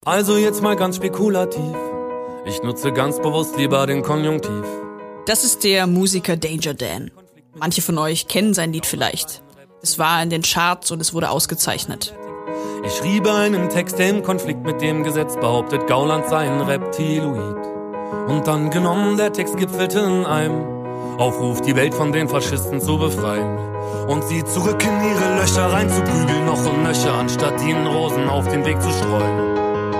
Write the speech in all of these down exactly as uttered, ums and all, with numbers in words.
Also jetzt mal ganz spekulativ. Ich nutze ganz bewusst lieber den Konjunktiv. Das ist der Musiker Danger Dan. Manche von euch kennen sein Lied vielleicht. Es war in den Charts und es wurde ausgezeichnet. Ich schriebe einen Text, der im Konflikt mit dem Gesetz behauptet, Gauland sei ein Reptiloid. Und dann genommen, der Text gipfelte in einem Aufruf, die Welt von den Faschisten zu befreien. Und sie zurück in ihre Löcher reinzuprügeln, noch und nöcher, anstatt ihnen Rosen auf den Weg zu streuen.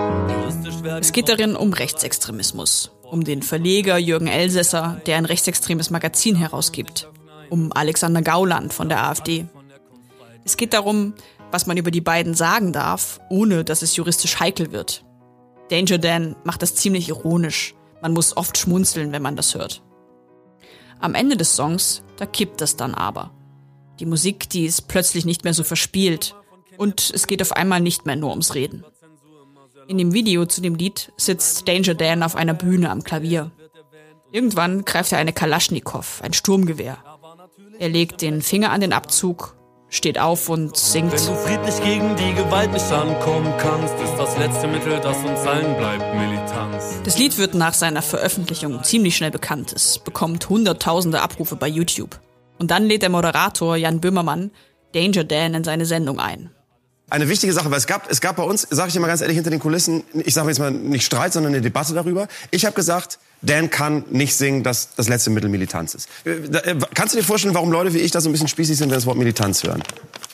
Es geht darin um Rechtsextremismus. Um den Verleger Jürgen Elsässer, der ein rechtsextremes Magazin herausgibt. Um Alexander Gauland von der AfD. Es geht darum, was man über die beiden sagen darf, ohne dass es juristisch heikel wird. Danger Dan macht das ziemlich ironisch. Man muss oft schmunzeln, wenn man das hört. Am Ende des Songs, da kippt das dann aber. Die Musik, die ist plötzlich nicht mehr so verspielt. Und es geht auf einmal nicht mehr nur ums Reden. In dem Video zu dem Lied sitzt Danger Dan auf einer Bühne am Klavier. Irgendwann greift er eine Kalaschnikow, ein Sturmgewehr. Er legt den Finger an den Abzug, steht auf und singt. Wenn du friedlich gegen die Gewalt nicht ankommen kannst, ist das letzte Mittel, das uns allen bleibt, Militanz. Das Lied wird nach seiner Veröffentlichung ziemlich schnell bekannt. Es bekommt hunderttausende Abrufe bei YouTube. Und dann lädt der Moderator Jan Böhmermann Danger Dan in seine Sendung ein. Eine wichtige Sache, weil es gab, es gab bei uns, sage ich dir mal ganz ehrlich, hinter den Kulissen, ich sage jetzt mal nicht Streit, sondern eine Debatte darüber. Ich habe gesagt, Dan kann nicht singen, dass das letzte Mittel Militanz ist. Kannst du dir vorstellen, warum Leute wie ich da so ein bisschen spießig sind, wenn das Wort Militanz hören?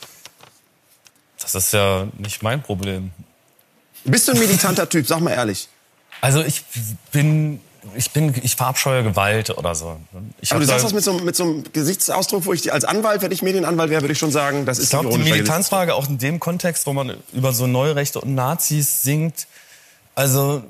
Das ist ja nicht mein Problem. Bist du ein militanter Typ? Sag mal ehrlich. Also ich bin, ich bin, ich verabscheue Gewalt oder so. Ich Aber du da, sagst das mit so, mit so einem Gesichtsausdruck, wo ich als Anwalt, wenn ich Medienanwalt wäre, würde ich schon sagen, das ist ich glaube, die Militanzfrage auch in dem Kontext, wo man über so Neurechte und Nazis singt. Also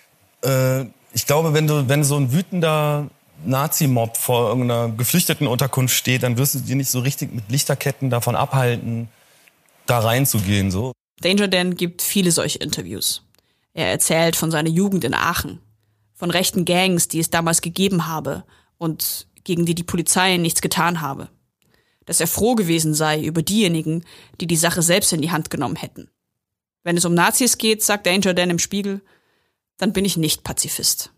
äh, ich glaube, wenn du, wenn so ein wütender Nazi-Mob vor irgendeiner Geflüchtetenunterkunft steht, dann wirst du dir nicht so richtig mit Lichterketten davon abhalten, da reinzugehen. So. Danger Dan gibt viele solche Interviews. Er erzählt von seiner Jugend in Aachen, von rechten Gangs, die es damals gegeben habe und gegen die die Polizei nichts getan habe. Dass er froh gewesen sei über diejenigen, die die Sache selbst in die Hand genommen hätten. Wenn es um Nazis geht, sagt Danger Dan im Spiegel, dann bin ich nicht Pazifist.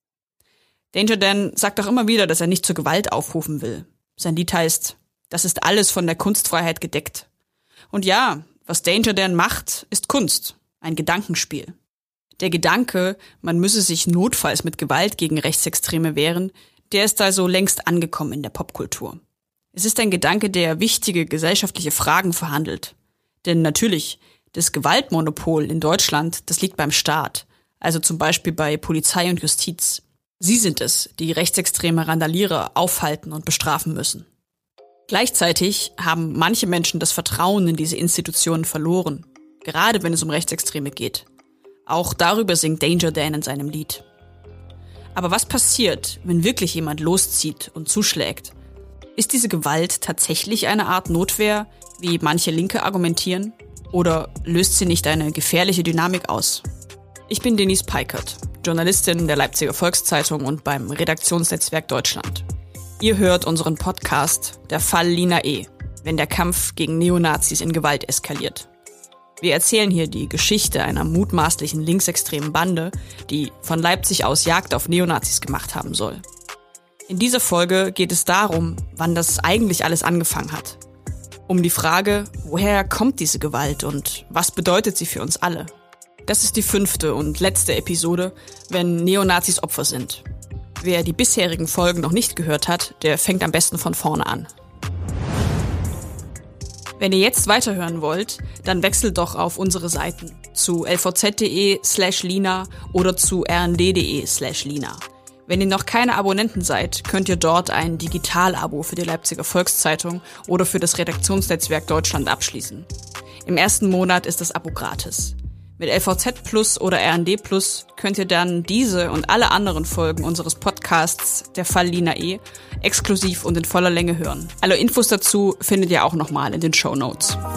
Danger Dan sagt auch immer wieder, dass er nicht zur Gewalt aufrufen will. Sein Lied heißt, das ist alles von der Kunstfreiheit gedeckt. Und ja, was Danger Dan macht, ist Kunst, ein Gedankenspiel. Der Gedanke, man müsse sich notfalls mit Gewalt gegen Rechtsextreme wehren, der ist also längst angekommen in der Popkultur. Es ist ein Gedanke, der wichtige gesellschaftliche Fragen verhandelt. Denn natürlich, das Gewaltmonopol in Deutschland, das liegt beim Staat, also zum Beispiel bei Polizei und Justiz. Sie sind es, die rechtsextreme Randalierer aufhalten und bestrafen müssen. Gleichzeitig haben manche Menschen das Vertrauen in diese Institutionen verloren, gerade wenn es um Rechtsextreme geht. Auch darüber singt Danger Dan in seinem Lied. Aber was passiert, wenn wirklich jemand loszieht und zuschlägt? Ist diese Gewalt tatsächlich eine Art Notwehr, wie manche Linke argumentieren? Oder löst sie nicht eine gefährliche Dynamik aus? Ich bin Denise Peikert, Journalistin der Leipziger Volkszeitung und beim Redaktionsnetzwerk Deutschland. Ihr hört unseren Podcast Der Fall Lina E., wenn der Kampf gegen Neonazis in Gewalt eskaliert. Wir erzählen hier die Geschichte einer mutmaßlichen linksextremen Bande, die von Leipzig aus Jagd auf Neonazis gemacht haben soll. In dieser Folge geht es darum, wann das eigentlich alles angefangen hat. Um die Frage, woher kommt diese Gewalt und was bedeutet sie für uns alle? Das ist die fünfte und letzte Episode, wenn Neonazis Opfer sind. Wer die bisherigen Folgen noch nicht gehört hat, der fängt am besten von vorne an. Wenn ihr jetzt weiterhören wollt, dann wechselt doch auf unsere Seiten zu lvz.de slash lina oder zu rnd.de slash lina. Wenn ihr noch keine Abonnenten seid, könnt ihr dort ein Digital-Abo für die Leipziger Volkszeitung oder für das Redaktionsnetzwerk Deutschland abschließen. Im ersten Monat ist das Abo gratis. Mit L V Z Plus oder R N D Plus könnt ihr dann diese und alle anderen Folgen unseres Podcasts Der Fall Lina E. exklusiv und in voller Länge hören. Alle Infos dazu findet ihr auch nochmal in den Shownotes.